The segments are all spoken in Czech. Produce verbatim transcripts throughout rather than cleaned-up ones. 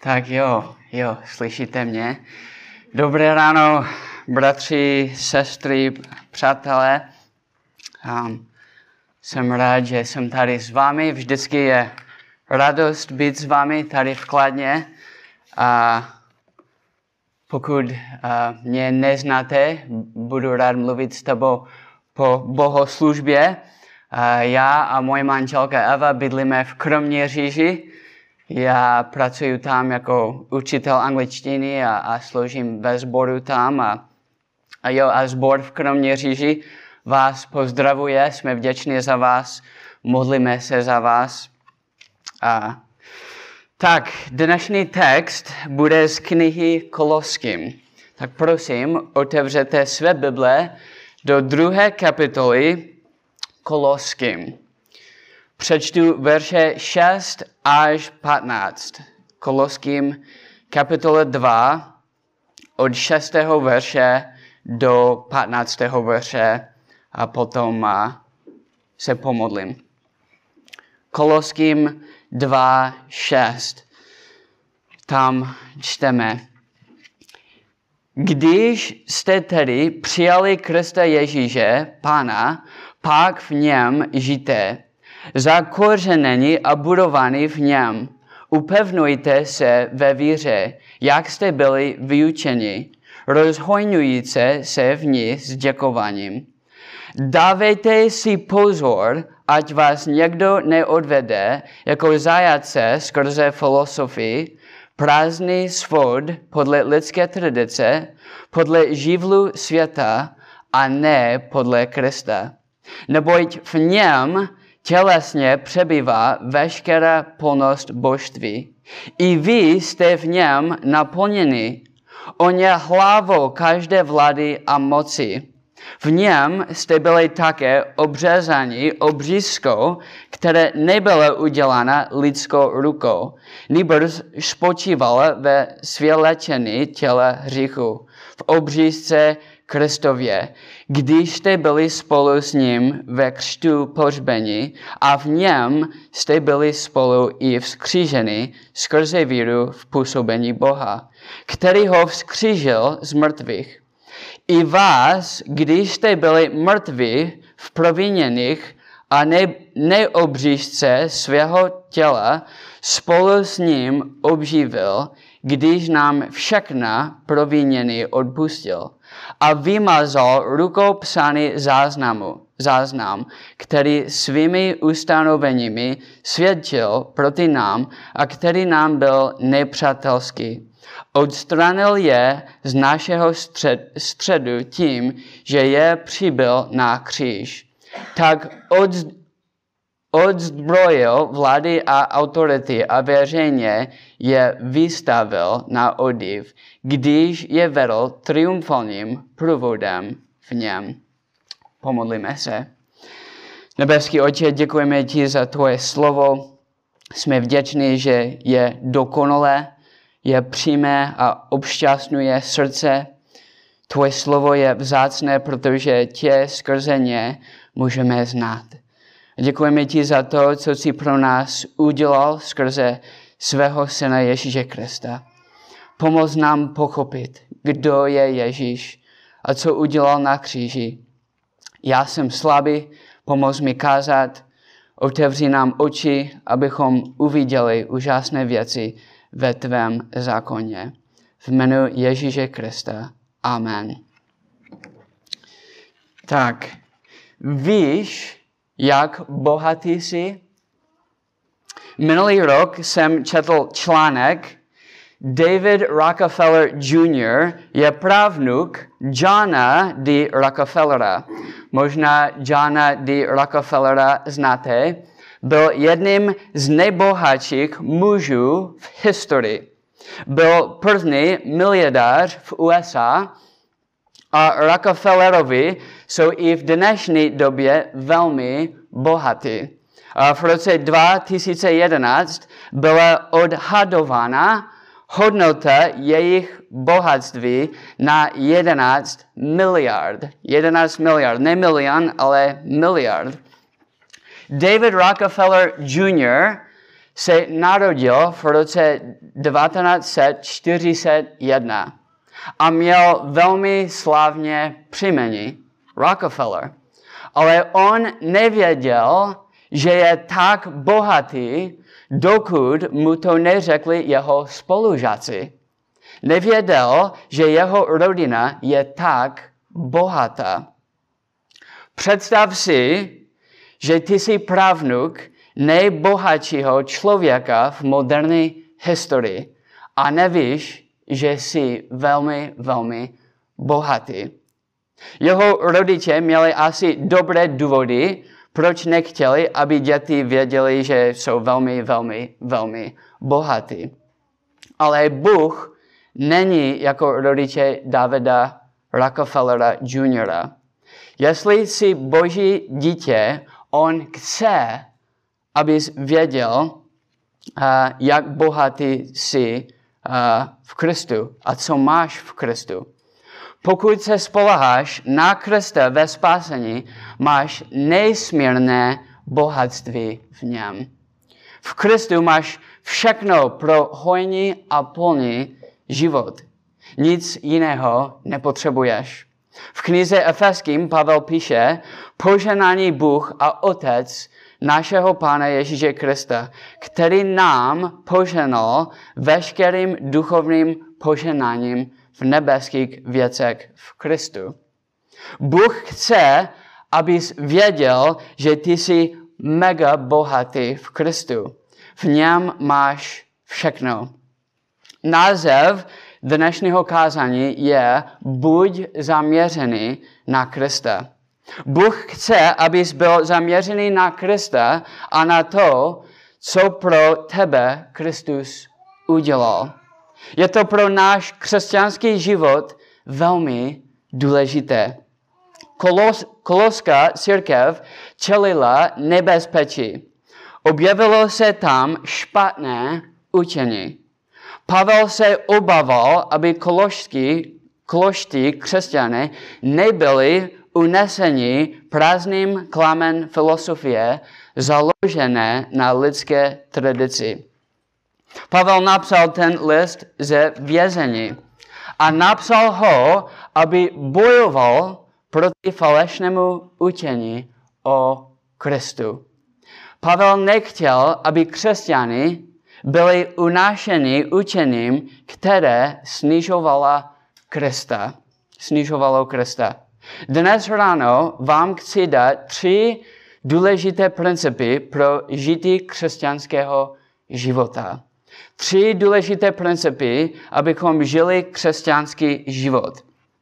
Tak jo, jo, slyšíte mě? Dobré ráno, bratři, sestry, přátelé. Um, jsem rád, že jsem tady s vámi. Vždycky je radost být s vámi tady v Kladně. A pokud uh, mě neznáte, budu rád mluvit s tebou po bohoslužbě. Uh, já a moje manželka Eva bydlíme v Kroměříži. Já pracuji tam jako učitel angličtiny a, a sloužím ve sboru tam. A, a jo, a sbor v Kroměříži vás pozdravuje, jsme vděční za vás, modlíme se za vás. A, tak, dnešní text bude z knihy Koloským. Tak prosím, otevřete své Bible do druhé kapitoly Koloským. Přečtu verše šest až patnáct. Koloským kapitola dva od šestého verše do patnáctého verše a potom se pomodlím. Koloským dva šest. Tam čteme. Když jste tedy přijali Krista Ježíše, Pána, pak v něm žijte, zakořenení a budovaní v něm. Upevňujte se ve víře, jak jste byli vyučeni, rozhojňujíce se v ní s děkováním. Dávejte si pozor, ať vás někdo neodvede jako zajatce skrze filosofii, prázdný svod podle lidské tradice, podle živlu světa a ne podle Krista. Neboť v něm tělesně přebývá veškerá plnost božství. I vy jste v něm naplněni. On je hlavou každé vlády a moci. V něm jste byli také obřezáni obřízkou, která nebyla udělána lidskou rukou, nýbrž spočívala ve svělečení těla hříchu, v obřízce Kristově, když jste byli spolu s ním ve křtu pohřbení a v něm jste byli spolu i vzkříženi skrze víru v působení Boha, který ho vzkřížil z mrtvých. I vás, když jste byli mrtví v proviněních a ne, neobřízce svého těla, spolu s ním obživil, když nám všechna provinění odpustil a vymazal rukou psaný záznamu, záznam, který svými ustanoveními svědčil proti nám a který nám byl nepřátelský. Odstranil je z našeho střed, středu tím, že je přibyl na kříž. Tak od, odzbrojil vlády a autority a veřejně je vystavil na odiv, když je vedl triumfálním průvodem v něm. Pomodlíme se. Nebeský Otče, děkujeme ti za tvoje slovo. Jsme vděční, že je dokonalé, je přímé a obšťastňuje srdce. Tvoje slovo je vzácné, protože tě skrze ně můžeme znát. Děkujeme ti za to, co jsi pro nás udělal skrze svého syna Ježíše Krista. Pomoz nám pochopit, kdo je Ježíš a co udělal na kříži. Já jsem slabý, pomoz mi kázat, otevři nám oči, abychom uviděli úžasné věci ve tvém zákoně. V jménu Ježíše Krista. Amen. Tak, víš, jak bohatý jsi? Minulý rok jsem četl článek. David Rockefeller junior je právnuk Johna D. Rockefellera. Možná Johna D. Rockefellera znáte. Byl jedním z nejbohatších mužů v historii. Byl první miliardář v U S A a Rockefellerovi jsou i v dnešní době velmi bohatí. A v roce dva tisíce jedenáct byla odhadována hodnota jejich bohatství na jedenáct miliard. jedenáct miliard, ne milion, ale miliard. David Rockefeller junior se narodil v roce devatenáct set čtyřicet jedna a měl velmi slavně příjmení Rockefeller. Ale on nevěděl, že je tak bohatý, dokud mu to neřekli jeho spolužáci. Nevěděl, že jeho rodina je tak bohatá. Představ si, že ty jsi pravnuk nejbohatšího člověka v moderní historii a nevíš, že jsi velmi, velmi bohatý. Jeho rodiče měli asi dobré důvody, proč nechtěli, aby děti věděli, že jsou velmi, velmi, velmi bohatí. Ale Bůh není jako rodiče Davida Rockefellera juniora Jestli jsi Boží dítě, on chce, abys věděl, uh, jak bohatý jsi uh, v Kristu a co máš v Kristu. Pokud se spoléháš na Krista ve spasení, máš nesmírné bohatství v něm. V Kristu máš všechno pro hojný a plný život. Nic jiného nepotřebuješ. V knize Efeským Pavel píše, požehnaný Bůh a Otec našeho Pána Ježíše Krista, který nám požehnal veškerým duchovním požehnáním v nebeských věcech v Kristu. Bůh chce, abys věděl, že ty jsi mega bohatý v Kristu. V něm máš všechno. Název dnešního kázání je Buď zaměřený na Krista. Bůh chce, abys byl zaměřený na Krista a na to, co pro tebe Kristus udělal. Je to pro náš křesťanský život velmi důležité. Kolos, koloská církev čelila nebezpečí. Objevilo se tam špatné učení. Pavel se obával, aby koloští, koloští křesťané nebyli uneseni prázdným klamem filosofie založené na lidské tradici. Pavel napsal ten list ze vězení a napsal ho, aby bojoval proti falešnému učení o Kristu. Pavel nechtěl, aby křesťané byli unášeni učením, které snižovalo Krista. Snižovalo Krista. Dnes ráno vám chci dát tři důležité principy pro žití křesťanského života. Tři důležité principy, abychom žili křesťanský život.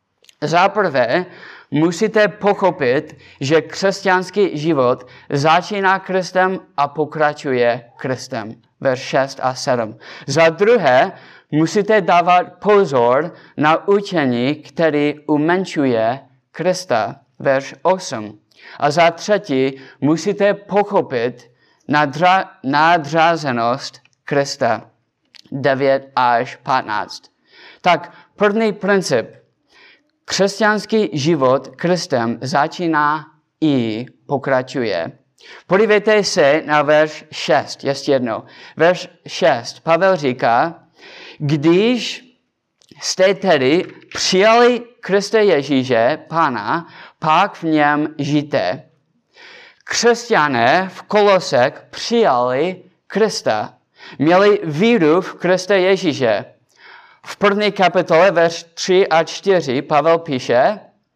Za prvé, musíte pochopit, že křesťanský život začíná Kristem a pokračuje Kristem. Verš šest a sedm. Za druhé, musíte dávat pozor na učení, který umenšuje Krista. Verš osm. A za třetí, musíte pochopit nadra- nadřazenost Krista. devět až patnáct. Tak první princip. Křesťanský život Kristem začíná i pokračuje. Podívejte se na verš šest, ještě jednou. Verš šest. Pavel říká, když jste tedy přijali Krista Ježíše, Pána, pak v něm žijte. Křesťané v Kolosech přijali Krista. Měli víru v Krista Ježíše. V první kapitole, verš tři a čtyři, Pavel píše,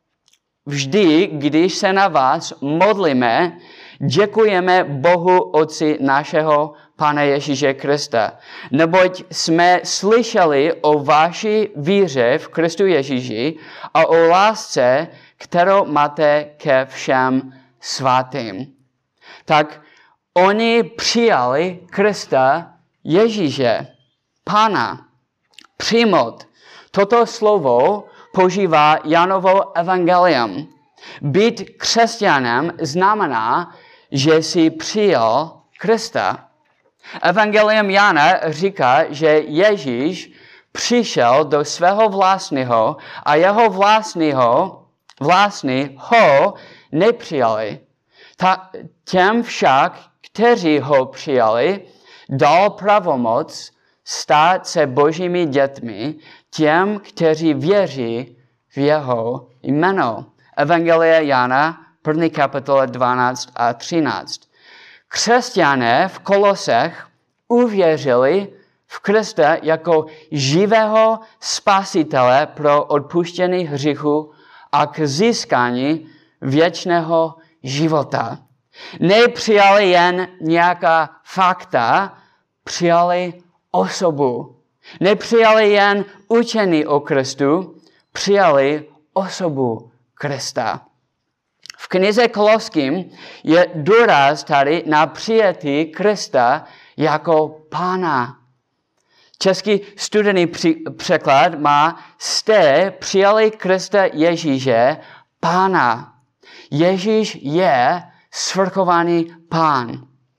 vždy, když se na vás modlíme, děkujeme Bohu Otci našeho Pána Ježíše Krista. Neboť jsme slyšeli o vaší víře v Kristu Ježíši a o lásce, kterou máte ke všem svatým. Tak oni přijali Krista Ježíše, Pána. Přijmout. Toto slovo používá Janovo evangelium. Být křesťanem znamená, že jsi přijal Krista. Evangelium Jana říká, že Ježíš přišel do svého vlastního a jeho vlastního, vlastní ho nepřijali. Ta, těm však, kteří ho přijali, dal pravomoc stát se božími dětmi těm, kteří věří v jeho jméno. Evangelie Jana, první kapitola dvanáct a třináct. Křesťané v Kolosech uvěřili v Krista jako živého spasitele pro odpuštění hříchu a k získání věčného života. Nepřijali jen nějaká fakta, přijali osobu. Nepřijali jen učení o Kristu, přijali osobu Krista. V knize Koloským je důraz tady na přijetí Krista jako Pána. Český studijní překlad má: jste přijali Krista Ježíše Pána. Ježíš je svrchovaný Pán.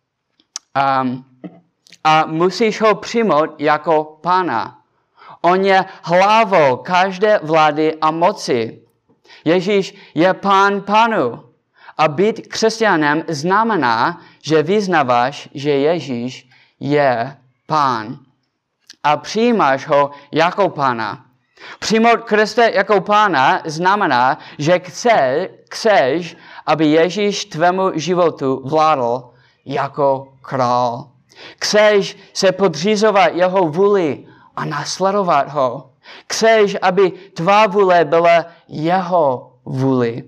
Um, a musíš ho přijmout jako Pána. On je hlavou každé vlády a moci. Ježíš je Pán Pánu. A být křesťanem znamená, že vyznáváš, že Ježíš je Pán. A přijímáš ho jako Pána. Přijmout Krista jako Pána znamená, že chce, chceš, aby Ježíš tvému životu vládl jako král. Chceš se podřízovat jeho vůli a nasledovat ho. Chceš, aby tvá vůle byla jeho vůli.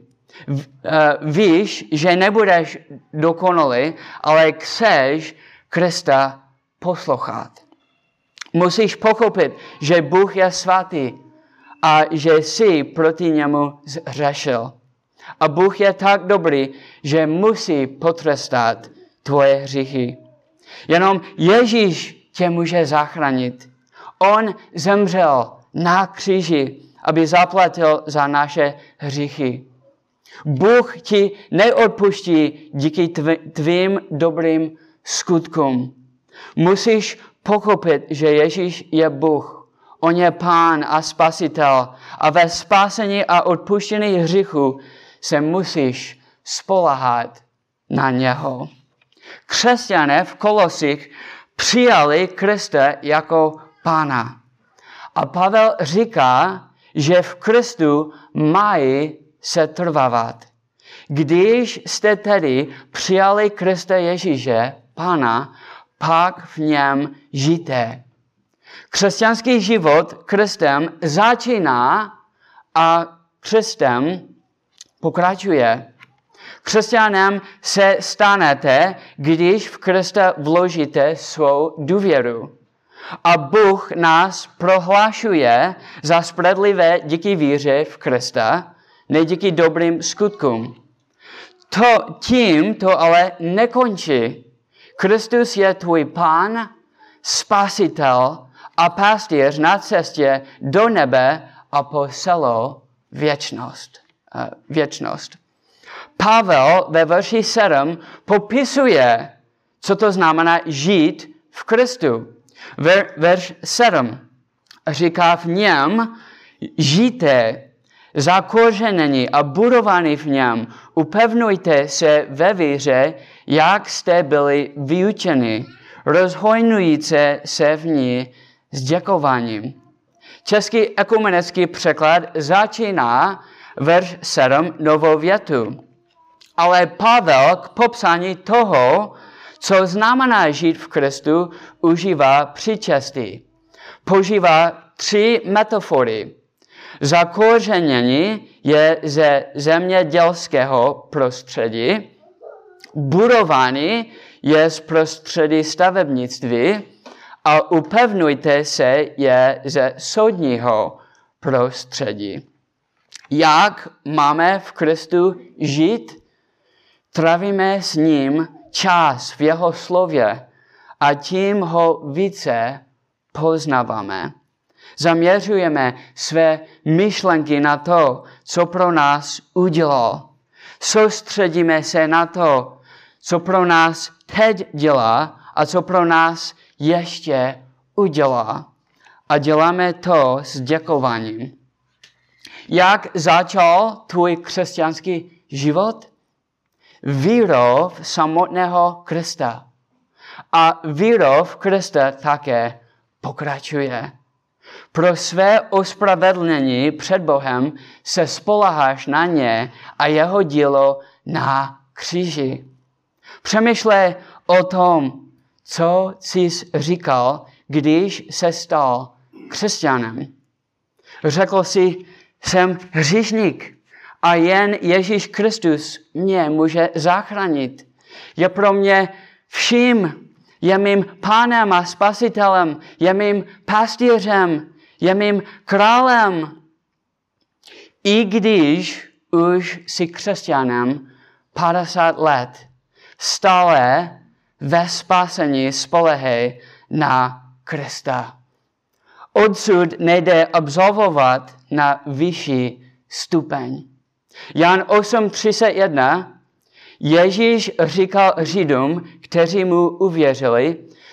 Víš, že nebudeš dokonalý, ale chceš Krista poslouchat. Musíš pochopit, že Bůh je svatý a že jsi proti němu zhřešil. A Bůh je tak dobrý, že musí potrestat tvoje hříchy. Jenom Ježíš tě může zachránit. On zemřel na kříži, aby zaplatil za naše hříchy. Bůh ti neodpustí díky tvým dobrým skutkům. Musíš pochopit, že Ježíš je Bůh. On je Pán a Spasitel a ve spásení a odpuštění hříchu se musíš spoléhat na něho. Křesťané v Kolosích přijali Krista jako Pána. A Pavel říká, že v Kristu mají se trvávat. Když jste tedy přijali Krista Ježíše, Pána, pak v něm žijte. Křesťanský život Kristem začíná a Kristem pokračuje. Křesťanem se stanete, když v Krista vložíte svou důvěru. A Bůh nás prohlašuje za spravedlivé díky víře v Krista, ne díky dobrým skutkům. To, tím to ale nekončí. Kristus je tvůj Pán, Spasitel a pastýř na cestě do nebe a po celou věčnost. Uh, věčnost. Pavel ve verši sedm popisuje, co to znamená žít v Kristu. Ver, verš sedm říká: v něm žijte, zakořenění a budovaní v něm, upevnujte se ve víře, jak jste byli vyučeni, rozhojňujíce se v ní s děkováním. Český ekumenický překlad začíná verš sedm novou větu. Ale Pavel k popsání toho, co znamená žít v Kristu, užívá příčestí. Používá tři metafory. Zakořenění je ze zemědělského prostředí, budování je z prostředí stavebnictví a upevnujte se je ze soudního prostředí. Jak máme v Kristu žít? Trávíme s ním čas v jeho slově a tím ho více poznáváme. Zaměřujeme své myšlenky na to, co pro nás udělal. Soustředíme se na to, co pro nás teď dělá a co pro nás ještě udělá. A děláme to s děkováním. Jak začal tvůj křesťanský život? Vírou v samotného Krista. a vírou v Krista také pokračuje. Pro své ospravedlnění před Bohem se spoléháš na ně a jeho dílo na kříži. Přemýšlej o tom, co jsi říkal, když se stal křesťanem. Řekl jsi, jsem hříšník a jen Ježíš Kristus mě může zachránit. Je pro mě vším, je mým pánem a spasitelem, je mým pastýřem, je mým králem. I když už jsi křesťanem padesát let, stále ve spasení spoléhej na Krista. Odsud nejde absolvovat na vyšší stupeň. Jan osm třicet jedna Ježíš říkal Židům, kteří mu uvěřili,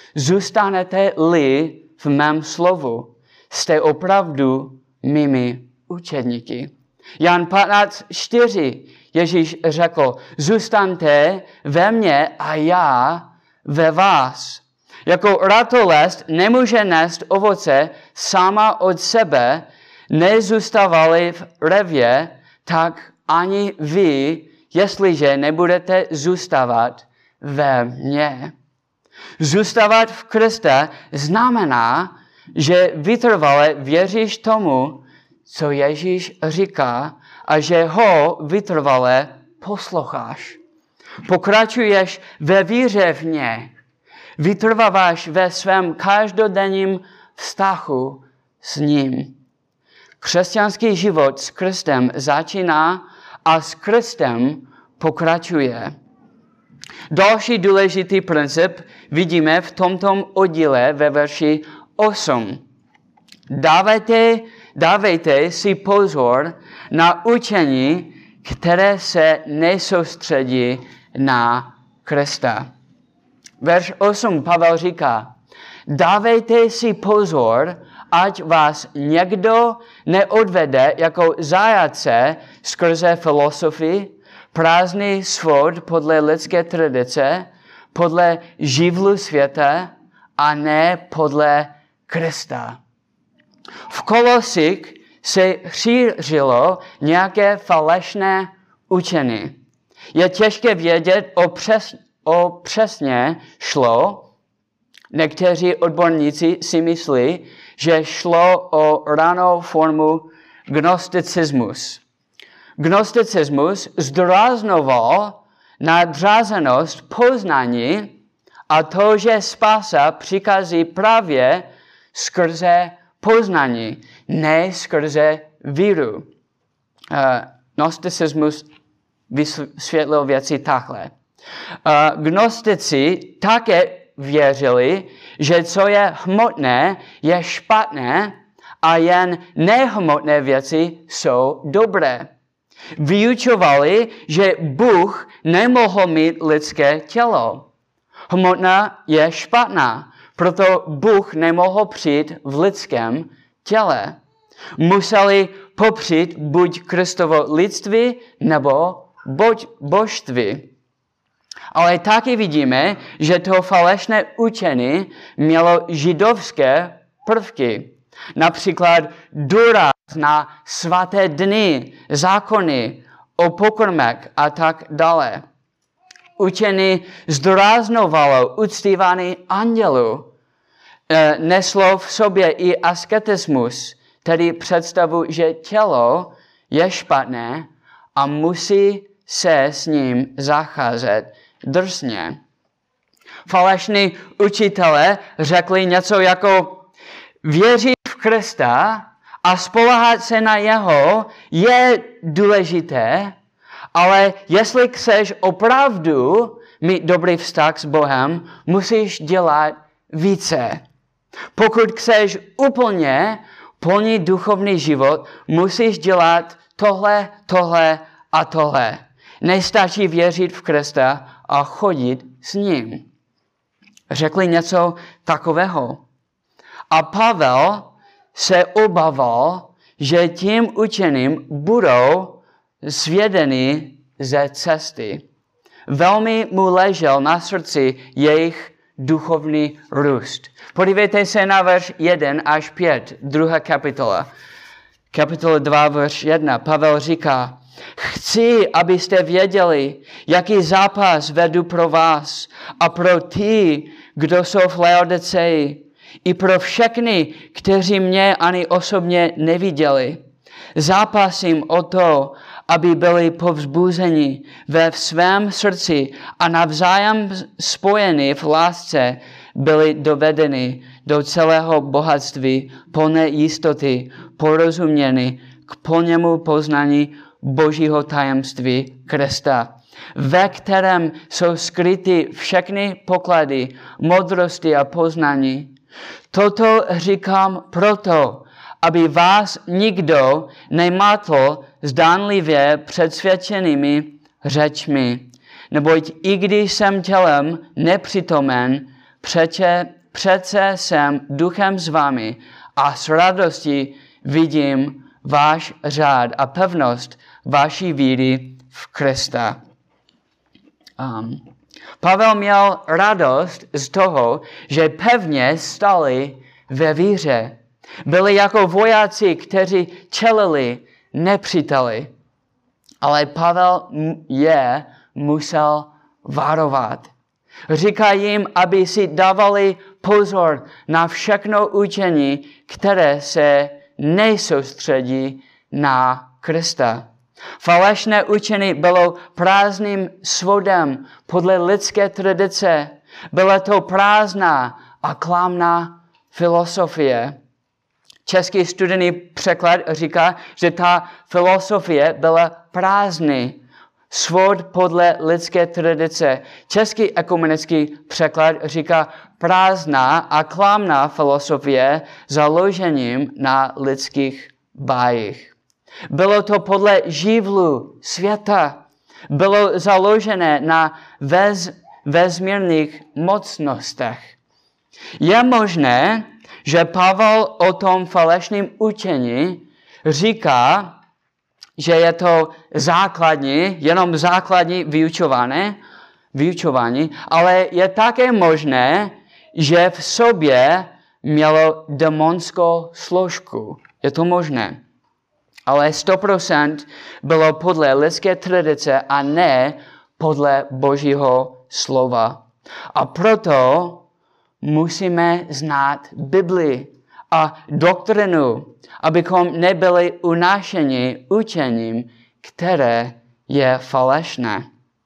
zůstanete-li v mém slovu, jste opravdu mými učedníky. Jan patnáct čtyři Ježíš řekl, zůstaňte ve mně a já ve vás. Jako ratolest nemůže nést ovoce sama od sebe, nezůstávali v revě, tak ani vy, jestliže nebudete zůstávat ve mně. Zůstávat v Krista znamená, že vytrvale věříš tomu, co Ježíš říká, a že ho vytrvale posloucháš. Pokračuješ ve víře v něj. Vytrváváš ve svém každodenním vztahu s ním. Křesťanský život s Kristem začíná a s Kristem pokračuje. Další důležitý princip vidíme v tomto oddíle ve verši osm. Dávejte, dávejte si pozor na učení, které se nesoustředí na Krista. Verš osm Pavel říká, dávejte si pozor, ať vás někdo neodvede jako zajatce skrze filozofii, prázdný svod podle lidské tradice, podle živlu světa a ne podle Krista. V Kolosích se šířilo nějaké falešné učení. Je těžké vědět, o, přes, o přesně šlo. Někteří odborníci si myslí, že šlo o ranou formu gnosticismus. Gnosticismus zdůrazňoval nadřazenost poznání a to, že spása přichází právě skrze poznání, ne skrze víru. Uh, Gnosticismus vysvětlil věci takhle. Uh, Gnostici také věřili, že co je hmotné, je špatné a jen nehmotné věci jsou dobré. Vyučovali, že Bůh nemohl mít lidské tělo. Hmotná je špatná, proto Bůh nemohl přijít v lidském těle. Museli popřít buď Kristovo lidství nebo bož, božství. Ale taky vidíme, že to falešné učení mělo židovské prvky. Například důraz na svaté dny, zákony, o pokrmek a tak dále. Učení zdůrazňovalo uctívání andělů. E, neslo v sobě i asketismus, tedy představu, že tělo je špatné a musí se s ním zacházet drsně. Falešní učitelé řekli něco jako věřit v Krista a spoléhat se na jeho je důležité, ale jestli chceš opravdu mít dobrý vztah s Bohem, musíš dělat více. Pokud chceš úplně plnit duchovní život, musíš dělat tohle, tohle a tohle. Nestačí věřit v Krista a chodit s ním. Řekli něco takového. A Pavel se obával, že tím učením budou svědeni ze cesty. Velmi mu ležel na srdci jejich duchovní růst. Podívejte se na verš jeden až pět, druhá kapitola. Kapitola dva, verš jedna. Pavel říká, chci, abyste věděli, jaký zápas vedu pro vás a pro ty, kdo jsou v Laodicei, i pro všechny, kteří mě ani osobně neviděli. Zápasím o to, aby byli povzbuzeni ve svém srdci a navzájem spojeni v lásce, byli dovedeni do celého bohatství, plné jistoty, porozumění k plnému poznání Božího tajemství Krista, ve kterém jsou skryty všechny poklady moudrosti a poznání. Toto říkám proto, aby vás nikdo nemátl zdánlivě předsvědčenými řečmi. Neboť i když jsem tělem nepřítomen, přeče, přece jsem duchem s vámi a s radostí vidím váš řád a pevnost vaší víry v Krista. Um, Pavel měl radost z toho, že pevně stali ve víře. Byli jako vojáci, kteří čelili nepříteli. Ale Pavel je musel varovat. Říká jim, aby si dávali pozor na všechno učení, které se nesoustředí na Krista. Falešné učení bylo prázdným svodem podle lidské tradice. Byla to prázdná a klamná filosofie. Český studijní překlad říká, že ta filosofie byla prázdný svod podle lidské tradice. Český ekumenický překlad říká prázdná a klamná filosofie založením na lidských bájích. Bylo to podle živlu světa. Bylo založené na vez, vesmírných mocnostech. Je možné, že Pavel o tom falešném učení říká, že je to základní, jenom základní vyučování, vyučování, ale je také možné, že v sobě mělo démonskou složku. Je to možné. Ale sto procent bylo podle lidské tradice a ne podle Božího slova. A proto musíme znát Bibli a doktrinu, abychom nebyli unášeni učením, které je falešné.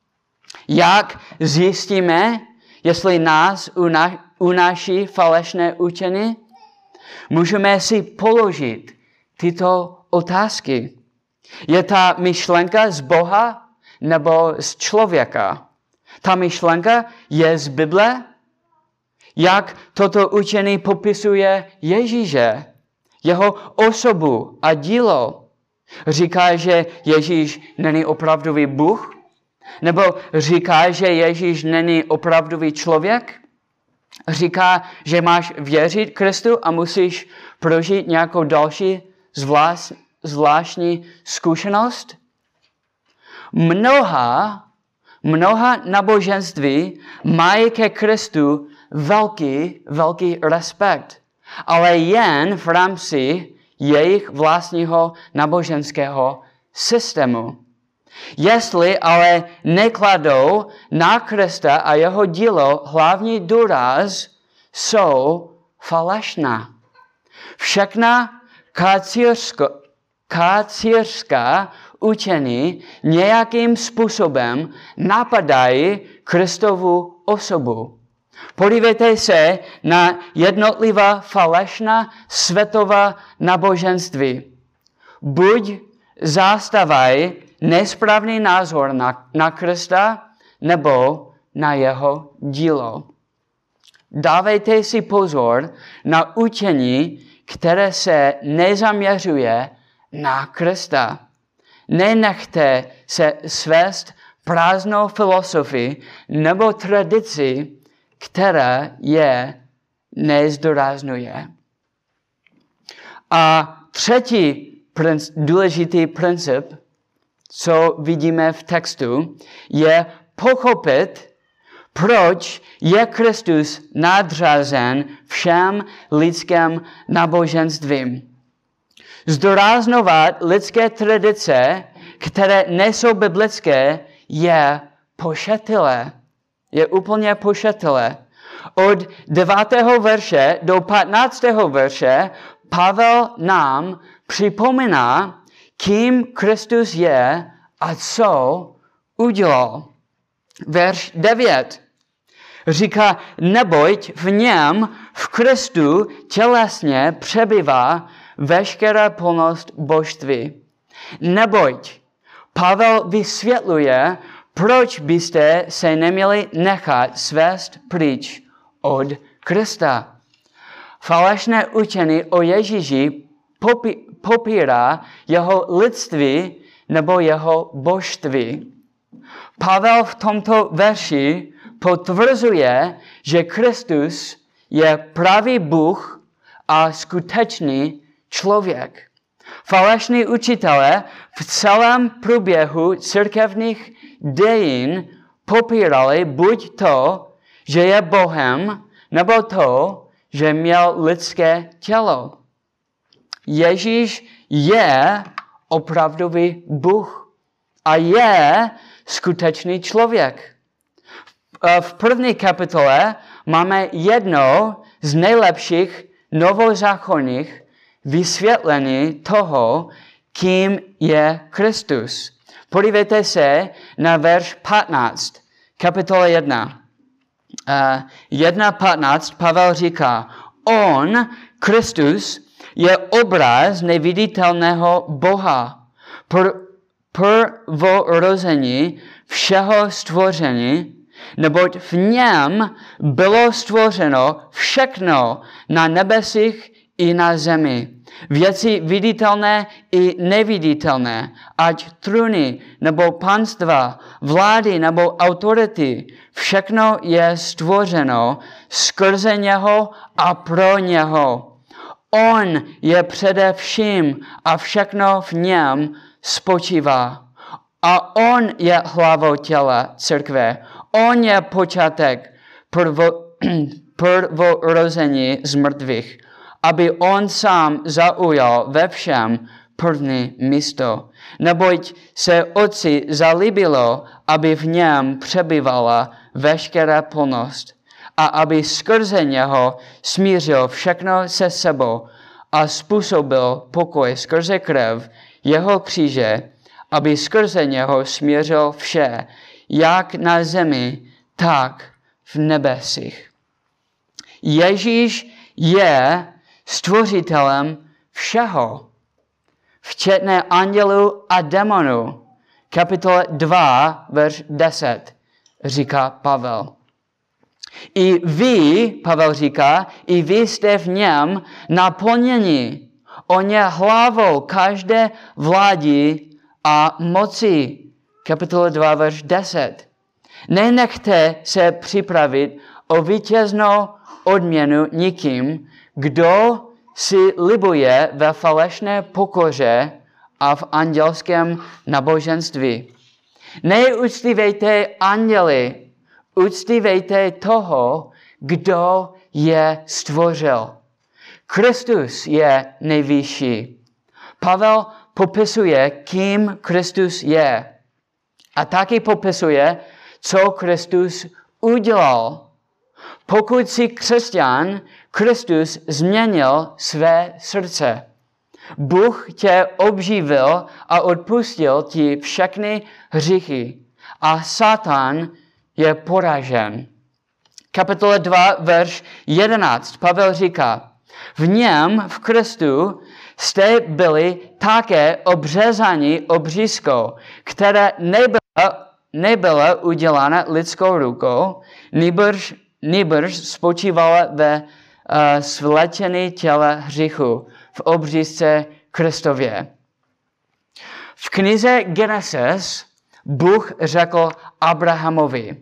Jak zjistíme, jestli nás unáší falešné učení? Můžeme si položit tyto otázky. Je ta myšlenka z Boha nebo z člověka? Ta myšlenka je z Bible? Jak toto učení popisuje Ježíše, jeho osobu a dílo? Říká, že Ježíš není opravdový Bůh? Nebo říká, že Ježíš není opravdový člověk? Říká, že máš věřit Kristu a musíš prožít nějakou další zvlášť, zvláštní zkušenost? Mnoha, mnoha náboženství mají ke Kristu velký, velký respekt, ale jen v rámci jejich vlastního náboženského systému. Jestli ale nekladou na Krista a jeho dílo hlavní důraz, jsou falešná. Všechna kacířská učení nějakým způsobem napadají Kristovu osobu. Podívejte se na jednotlivá falešná světová náboženství. Buď zastávají nesprávný názor na, na Krista nebo na jeho dílo. Dávejte si pozor na učení, které se nezaměřuje na Krista. Nenechte se svést prázdnou filozofii nebo tradici, která je nezdůrazňuje. A třetí princ, důležitý princip, co vidíme v textu, je pochopit, proč je Kristus nadřazen všem lidským náboženstvím. Zdůrazňovat lidské tradice, které nejsou biblické, je pošetilé. Je úplně pošetilé. Od devátého verše do patnáctého verše Pavel nám připomíná, kým Kristus je a co udělal. Verš devět říká, neboť v něm, v Kristu, tělesně přebývá veškerá plnost božství. Neboť Pavel vysvětluje, proč byste se neměli nechat svést pryč od Krista. Falešné učení o Ježíši popi- popírá jeho lidství nebo jeho božství. Pavel v tomto verši potvrzuje, že Kristus je pravý Bůh a skutečný člověk. Falešní učitelé v celém průběhu církevních dějin popírali buď to, že je Bohem, nebo to, že měl lidské tělo. Ježíš je opravdový Bůh a je skutečný člověk. V první kapitole máme jedno z nejlepších novozákonních vysvětlení toho, kým je Kristus. Podívejte se na verš patnáct, kapitola jedna. Uh, jedna patnáct Pavel říká, on, Kristus, je obraz neviditelného Boha, prvorození všeho stvoření, neboť v něm bylo stvořeno všechno na nebesích i na zemi. Věci viditelné i neviditelné, ať trůny nebo panstva, vlády nebo autority, všechno je stvořeno skrze něho a pro něho. On je především a všechno v něm spočívá. A on je hlavou těla církve. On je počátek prvo, prvorození z mrtvých, aby on sám zaujal ve všem první místo. Neboť se Otci zalíbilo, aby v něm přebývala veškerá plnost a aby skrze něho smířil všechno se sebou a způsobil pokoj skrze krev jeho kříže, aby skrze něho smířil vše, jak na zemi, tak v nebesích. Ježíš je stvořitelem všeho, včetně andělů a démonů. Kapitola dva, verš deset, říká Pavel. I vy, Pavel říká, i vy jste v něm naplněni. On je hlavou každé vlády a moci. Kapitola dva, verš deset. Nenechte se připravit o vítěznou odměnu nikým, kdo si libuje ve falešné pokoře a v andělském náboženství. Neuctívejte anděly, uctívejte toho, kdo je stvořil. Kristus je nejvyšší. Pavel popisuje, kým Kristus je. A taky popisuje, co Kristus udělal. Pokud jsi křesťan, Kristus změnil své srdce. Bůh tě obživil a odpustil ti všechny hříchy. A Satan je poražen. Kapitola dva, verš jedenáct. Pavel říká, v něm, v Kristu, jste byli také obřezáni obřízkou, která nebyla, nebyla udělána lidskou rukou, nýbrž, nýbrž spočívala ve uh, svlečení těla hříchu v obřízce Kristově. V knize Genesis Bůh řekl Abrahamovi,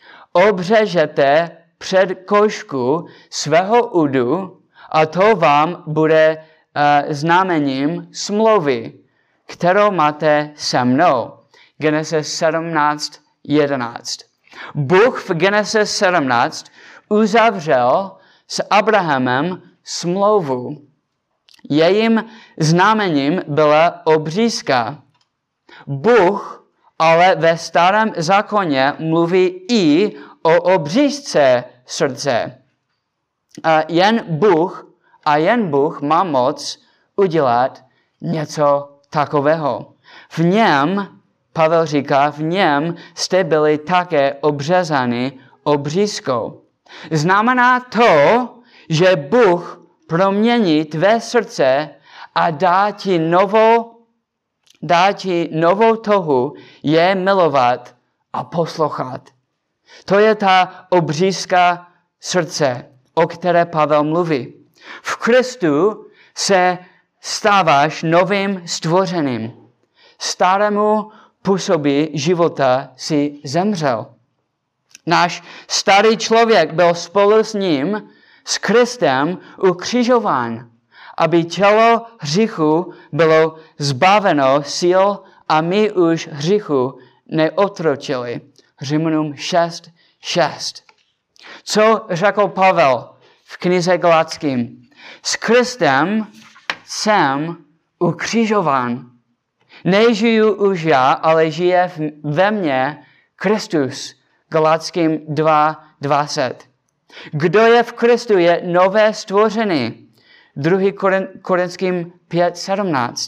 obřežete předkošku svého údu a to vám bude uh, znamením smlouvy, kterou máte se mnou. Genesis sedmnáct jedenáct. Bůh v Genesis sedmnáct uzavřel s Abrahamem smlouvu. Jejím znamením byla obřízka. Bůh ale ve starém zákoně mluví i o obřízce srdce. A jen Bůh a jen Bůh má moc udělat něco takového. V něm, Pavel říká, v něm jste byli také obřezáni obřízkou. Znamená to, že Bůh promění tvé srdce a dá ti novou, dá ti novou touhu je milovat a poslouchat. To je ta obřízka srdce, o které Pavel mluví. V Kristu se stáváš novým stvořeným. Starému působí života si zemřel. Náš starý člověk byl spolu s ním, s Kristem, ukřižován, aby tělo hříchu bylo zbaveno sil a my už hříchu neotročili. Římanům šest šest. Co řekl Pavel v knize Galatským? S Kristem jsem ukřižován. Nežiju už já, ale žije ve mně Kristus. Galatským dva dvacet. Kdo je v Kristu, je nové stvoření. druhý Korinským pět sedmnáct.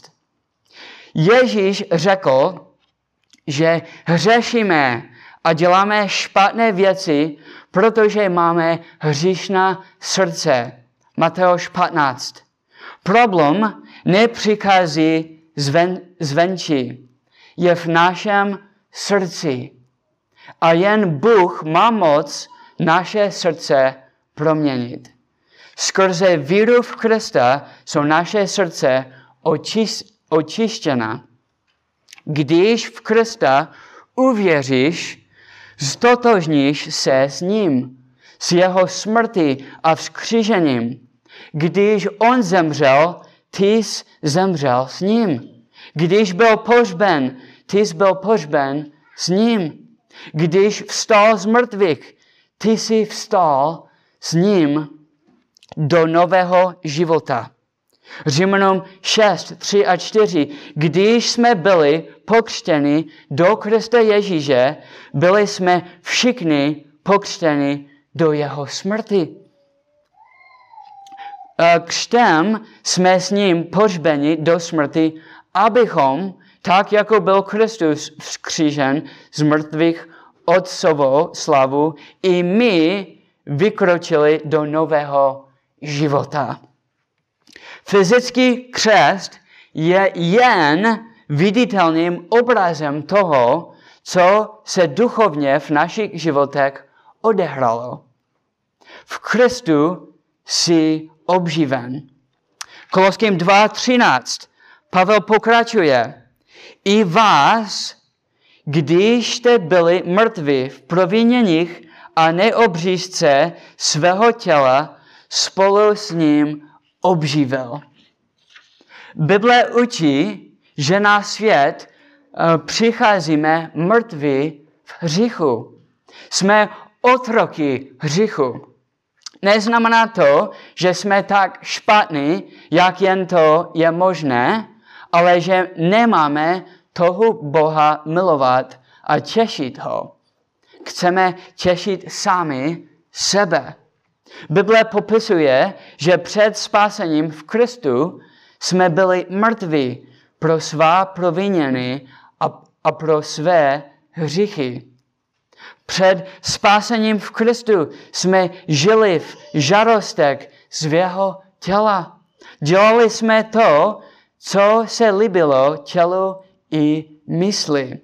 Ježíš řekl, že hřešíme a děláme špatné věci, protože máme hříšná srdce. Matouš patnáct. Problém nepřichází zven, zvenčí. Je v našem srdci. A jen Bůh má moc naše srdce proměnit. Skrze víru v Krista jsou naše srdce očist, očištěna. Když v Krista uvěříš, stotožníš se s ním, s jeho smrti a vzkřížením. Když on zemřel, ty jsi zemřel s ním. Když byl pohřben, ty jsi byl pohřben s ním. Když vstal z mrtvých, ty jsi vstal s ním do nového života. Římanům šest tři a čtyři. Když jsme byli pokřtěni do Krista Ježíše, byli jsme všichni pokřtěni do jeho smrti. Křtem jsme s ním pohřbeni do smrti, abychom, tak jako byl Kristus vzkřížen z mrtvých otcovou slavu, i my vykročili do nového života. Fyzický křest je jen viditelným obrazem toho, co se duchovně v našich životech odehrálo. V Kristu jsi obživen. Koloským dva třináct. Pavel pokračuje. I vás, když jste byli mrtví v proviněních a neobřízce svého těla, spolu s ním obživil. Bible učí, že na svět uh, přicházíme mrtví v hříchu. Jsme otroky hříchu. Neznamená to, že jsme tak špatní, jak jen to je možné, ale že nemáme toho Boha milovat a těšit ho. Chceme těšit sami sebe. Bible popisuje, že před spásením v Kristu jsme byli mrtví pro svá provinění a, a pro své hříchy. Před spásením v Kristu jsme žili v žarostech svého těla. Dělali jsme to, co se líbilo tělu i mysli.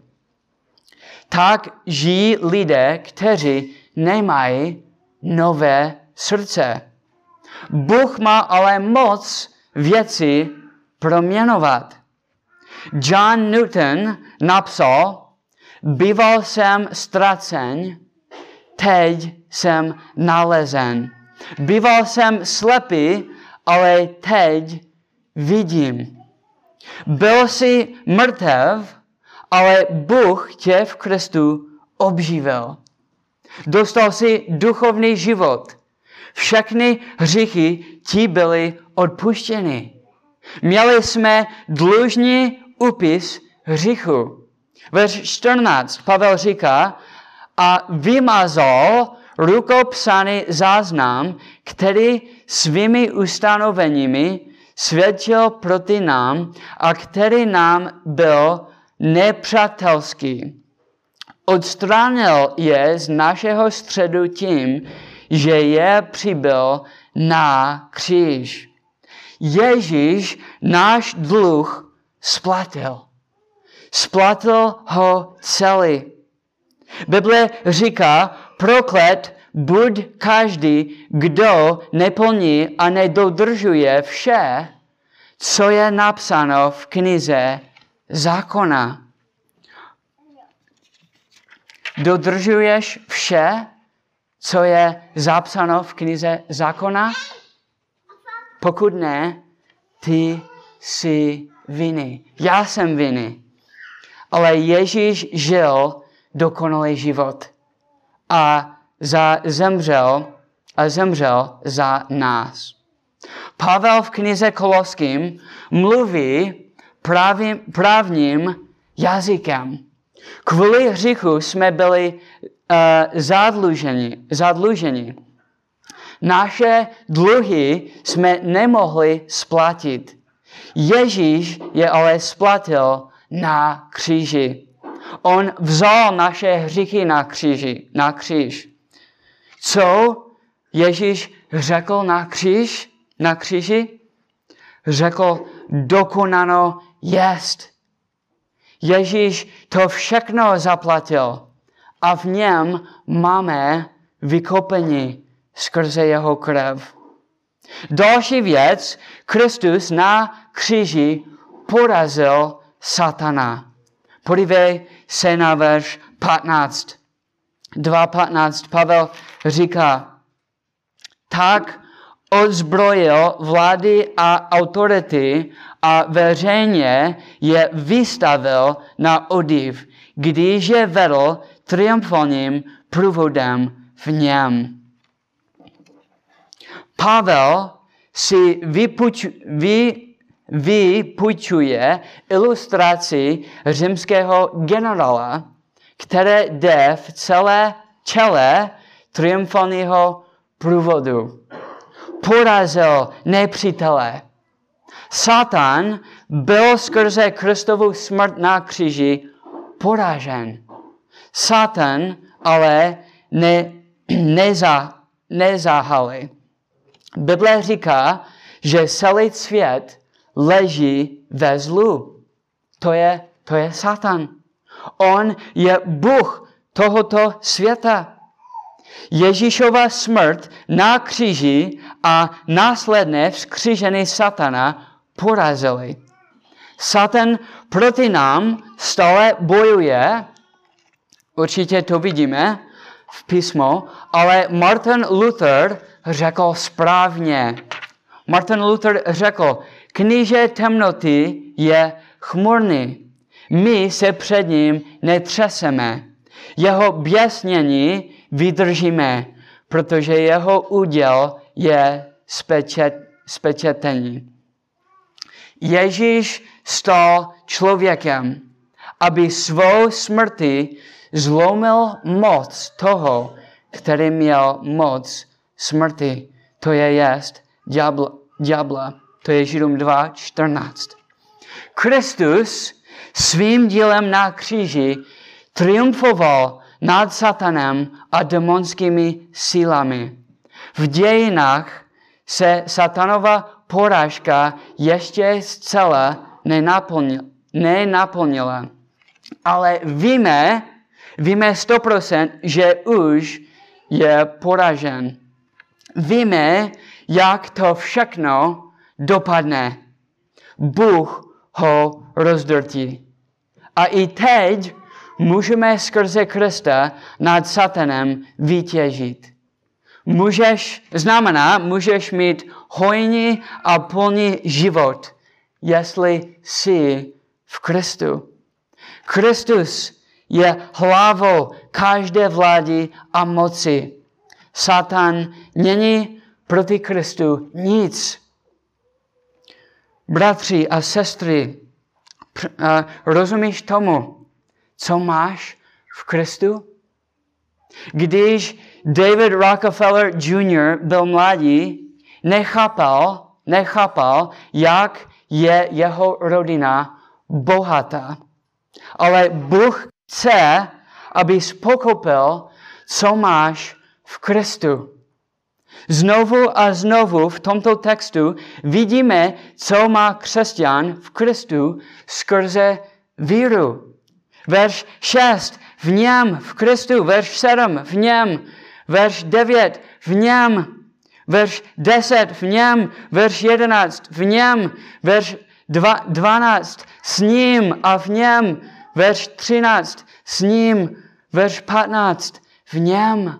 Tak žijí lidé, kteří nemají nové srdce. Bůh má ale moc věci proměňovat. John Newton napsal, býval jsem ztracen, teď jsem nalezen. Býval jsem slepý, ale teď vidím. Byl jsi mrtev, ale Bůh tě v Kristu obživil. Dostal si duchovní život. Všechny hříchy ti byly odpuštěny. Měli jsme dlužný úpis hříchu. Verš čtrnáct Pavel říká, a vymazal rukopsaný záznam, který svými ustanoveními svědčil proti nám a který nám byl nepřátelský. Odstranil je z našeho středu tím, že je přibyl na kříž. Ježíš náš dluh splatil. Splatil ho celý. Bible říká, proklet buď každý, kdo neplní a nedodržuje vše, co je napsáno v knize zákona. Dodržuješ vše, co je zapsáno v knize zákona? Pokud ne, ty jsi vinný. Já jsem vinný. Ale Ježíš žil dokonalý život a za, zemřel a zemřel za nás. Pavel v knize Koloským mluví právým, právním jazykem. Kvůli hříchu jsme byli uh, zadluženi, zadluženi. Naše dluhy jsme nemohli splatit. Ježíš je ale splatil na kříži. On vzal naše hříchy na kříži, na kříž. Co Ježíš řekl na kříž, na kříži? Řekl, dokonáno jest. Ježíš to všechno zaplatil a v něm máme vykopení skrze jeho krev. Další věc, Kristus na kříži porazil satana. Podívej se na verš patnáct. dva patnáct Pavel říká, tak odzbrojil vlády a autority a veřejně je vystavil na odiv, když je vedl triumfálním průvodem v něm. Pavel si vypuč, vy, vypůjčuje ilustraci římského generála, které jde v celé čele triumfálního průvodu. Porazil nepřítele. Satan byl skrze Kristovu smrt na kříži poražen. Satan ale ne, neza, nezahali. Bible říká, že celý svět leží ve zlu. To je, to je Satan. On je Bůh tohoto světa. Ježíšova smrt na kříži a následné vzkřížení Satana porazili. Satan proti nám stále bojuje, určitě to vidíme v písmu, ale Martin Luther řekl správně. Martin Luther řekl, kníže temnoty je chmurný. My se před ním netřeseme. Jeho běsnění vydržíme, protože jeho úděl je spečet, spečetení. Ježíš stal člověkem, aby svou smrti zlomil moc toho, který měl moc smrti. To je jest ďábla. ďábla. To je Židům dva čtrnáct. Kristus svým dílem na kříži triumfoval nad Satanem a démonskými sílami. V dějinách se Satanova porážka ještě zcela nenaplnila. Ale víme, víme sto procent, že už je poražen. Víme, jak to všechno dopadne. Bůh ho rozdrtí. A i teď můžeme skrze Krista nad Satanem vítězit. Můžeš, znamená, můžeš mít hojný a plný život, jestli jsi v Kristu. Kristus je hlavou každé vlády a moci. Satan není proti Kristu nic. Bratři a sestry, uh, rozumíš tomu, co máš v Kristu? Když David Rockefeller junior byl mladý, nechápal, nechápal, jak je jeho rodina bohatá. Ale Bůh chce, abys pochopil, co máš v Kristu. Znovu a znovu v tomto textu vidíme, co má křesťan v Kristu skrze víru. Verš šest, v něm, v Kristu, verš sedm, v něm, verš devět, v něm, verš deset, v něm, verš jedenáct, v něm, verš dvanáct, s ním a v něm, verš třináct, s ním, verš patnáct, v něm.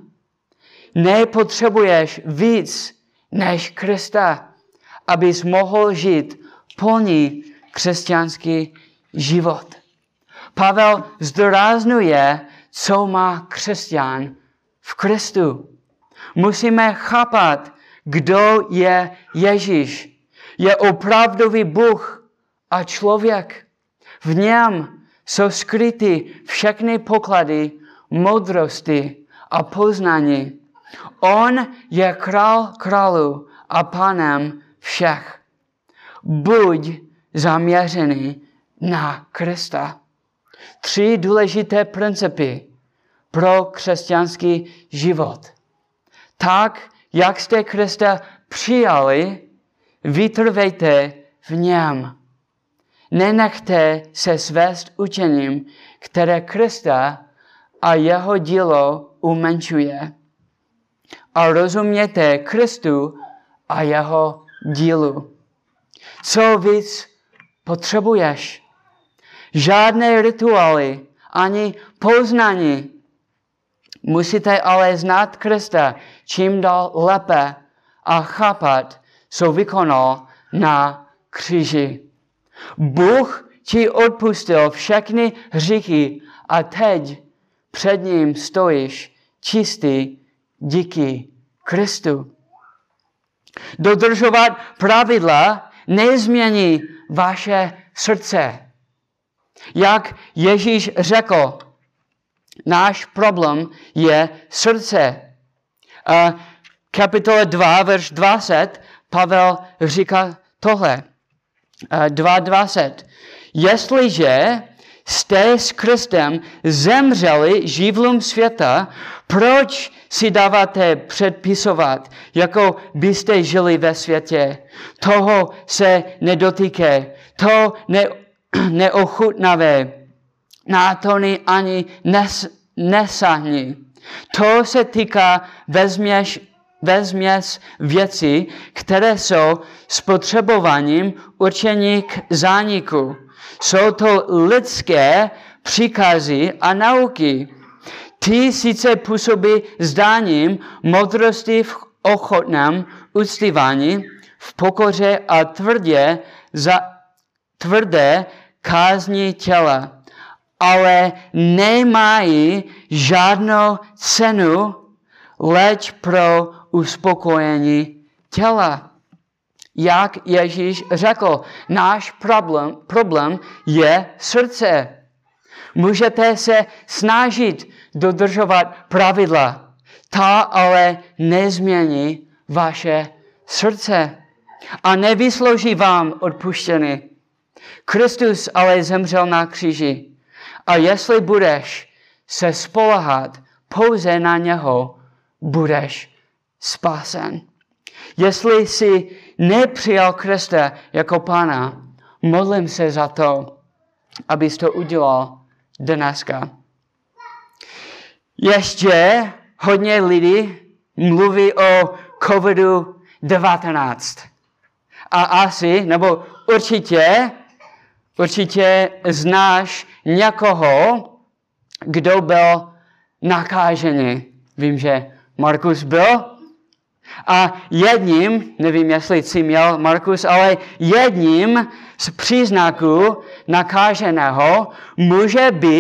Nepotřebuješ víc než Krista, abys mohl žít plný křesťanský život. Pavel zdůrazňuje, co má křesťan v Kristu. Musíme chápat, kdo je Ježíš. Je opravdový Bůh a člověk. V něm jsou skryty všechny poklady moudrosti a poznání. On je král králů a pánem všech. Buď zaměřený na Krista. Tři důležité principy pro křesťanský život. Tak, jak jste Krista přijali, vytrvejte v něm. Nenechte se svést učením, které Krista a jeho dílo umenšuje. A rozumějte Kristu a jeho dílu. Co víc potřebuješ? Žádné rituály ani poznání. Musíte ale znát Krista čím dál lépe a chápat, co vykonal na kříži. Bůh ti odpustil všechny hříchy a teď před ním stojíš čistý díky Kristu. Dodržovat pravidla nezmění vaše srdce. Jak Ježíš řekl, náš problém je srdce. A kapitola dva, verš dvacet, Pavel říká tohle. dva dvacet. Jestliže jste s Kristem zemřeli živlům světa, proč si dáváte předpisovat, jako byste žili ve světě? Toho se nedotýké, to ne, neochutnavé, na to ani nes, nesáhni. To se týká vezměš, vezměs věcí, které jsou spotřebováním určení k zániku. Jsou to lidské příkazy a nauky. Ty sice působí zdáním moudrosti v ochotném uctívání, v pokoře a tvrdě za tvrdé kázni těla, ale nemají žádnou cenu, leč pro uspokojení těla. Jak Ježíš řekl, náš problém, problém je srdce. Můžete se snažit dodržovat pravidla, ta ale nezmění vaše srdce a nevyslouží vám odpuštění. Kristus ale zemřel na kříži a jestli budeš se spoléhat pouze na něho, budeš spasen. Jestli jsi nepřijal Krista jako Pána, modlím se za to, abys to udělal dneska. Ještě hodně lidí mluví o covidu devatenáct. A asi, nebo určitě, určitě znáš někoho, kdo byl nakážený. Vím, že Markus byl. A jedním, nevím, jestli jsi měl Markus, ale jedním z příznaků nakáženého může být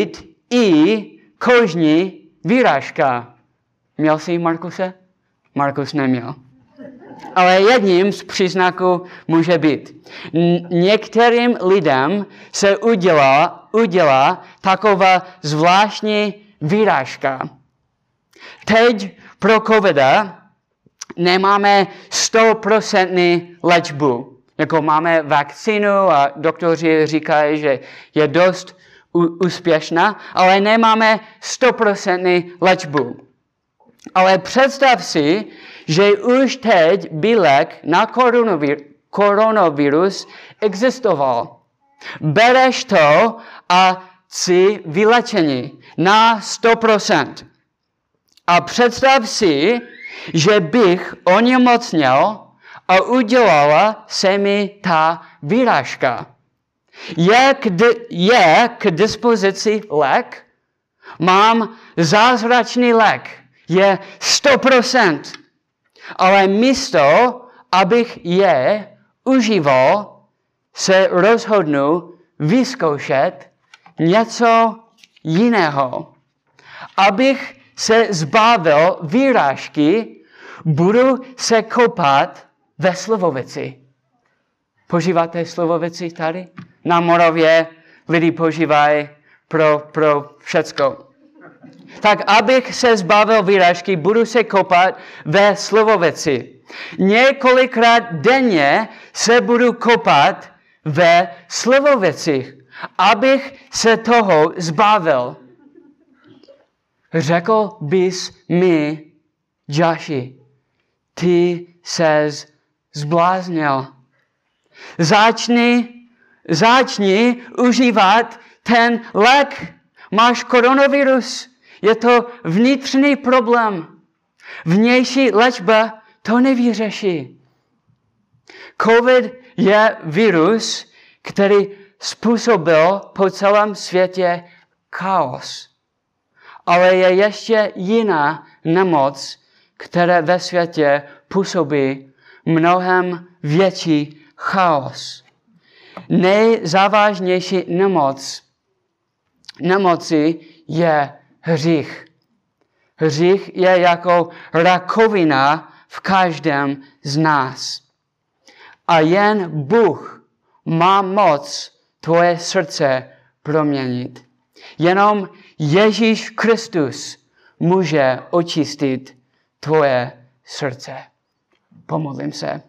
i kožní výrážka. Měl jsi Markuse? Markus neměl. Ale jedním z příznaků může být. Některým lidem se udělá, udělá taková zvláštní výrážka. Teď pro covida nemáme stoprocentní léčbu. Jako máme vakcínu a doktoři říkají, že je dost úspěšná, ale nemáme stoprocentní léčbu. Ale představ si, že už teď by lék na koronavir- koronavirus existoval. Bereš to a jsi vylečení na sto procent. A představ si, že bych onemocněl a udělala se mi ta výrážka. Je k, di- je k dispozici lék? Mám zázračný lék. Je sto procent. Ale místo, abych je užíval, se rozhodnu vyzkoušet něco jiného. Abych se zbavil výrážky, budu se kopat ve Slivovici. Požíváte Slivovici tady? Na Moravě lidi požívají pro, pro všecko. Tak abych se zbavil výrážky, budu se kopat ve Slivovici. Několikrát denně se budu kopat ve Slivovicích, abych se toho zbavil. Řekl bys mi, Joshi, ty ses zbláznil. Začni, začni užívat ten lék. Máš koronavirus. Je to vnitřní problém. Vnější léčba to nevyřeší. COVID je virus, který způsobil po celém světě chaos. Ale je ještě jiná nemoc, která ve světě působí mnohem větší chaos. Nejzávažnější nemoc, nemoci je hřích. Hřích je jako rakovina v každém z nás. A jen Bůh má moc tvoje srdce proměnit. Jenom Ježíš Kristus může očistit tvoje srdce. Pomodlím se.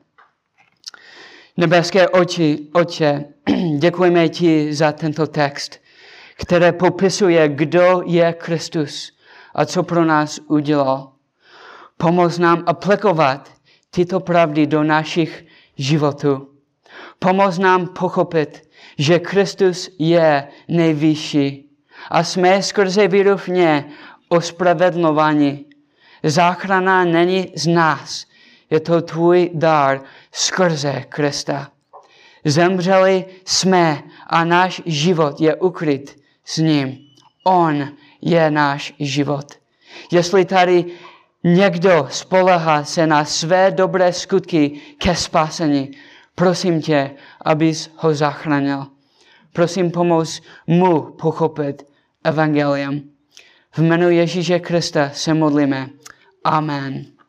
Nebeské oči, Otče, děkujeme ti za tento text, který popisuje, kdo je Kristus a co pro nás udělal. Pomoz nám aplikovat tyto pravdy do našich životů. Pomoz nám pochopit, že Kristus je nejvyšší a jsme skrze víru v ně ospravedlňováni. Záchrana není z nás, je to tvůj dar skrze Krista. Zemřeli jsme a náš život je ukryt s ním. On je náš život. Jestli tady někdo spolehá se na své dobré skutky ke spasení, prosím tě, abys ho zachránil. Prosím, pomoz mu pochopit evangelium. V jménu Ježíše Krista se modlíme. Amen.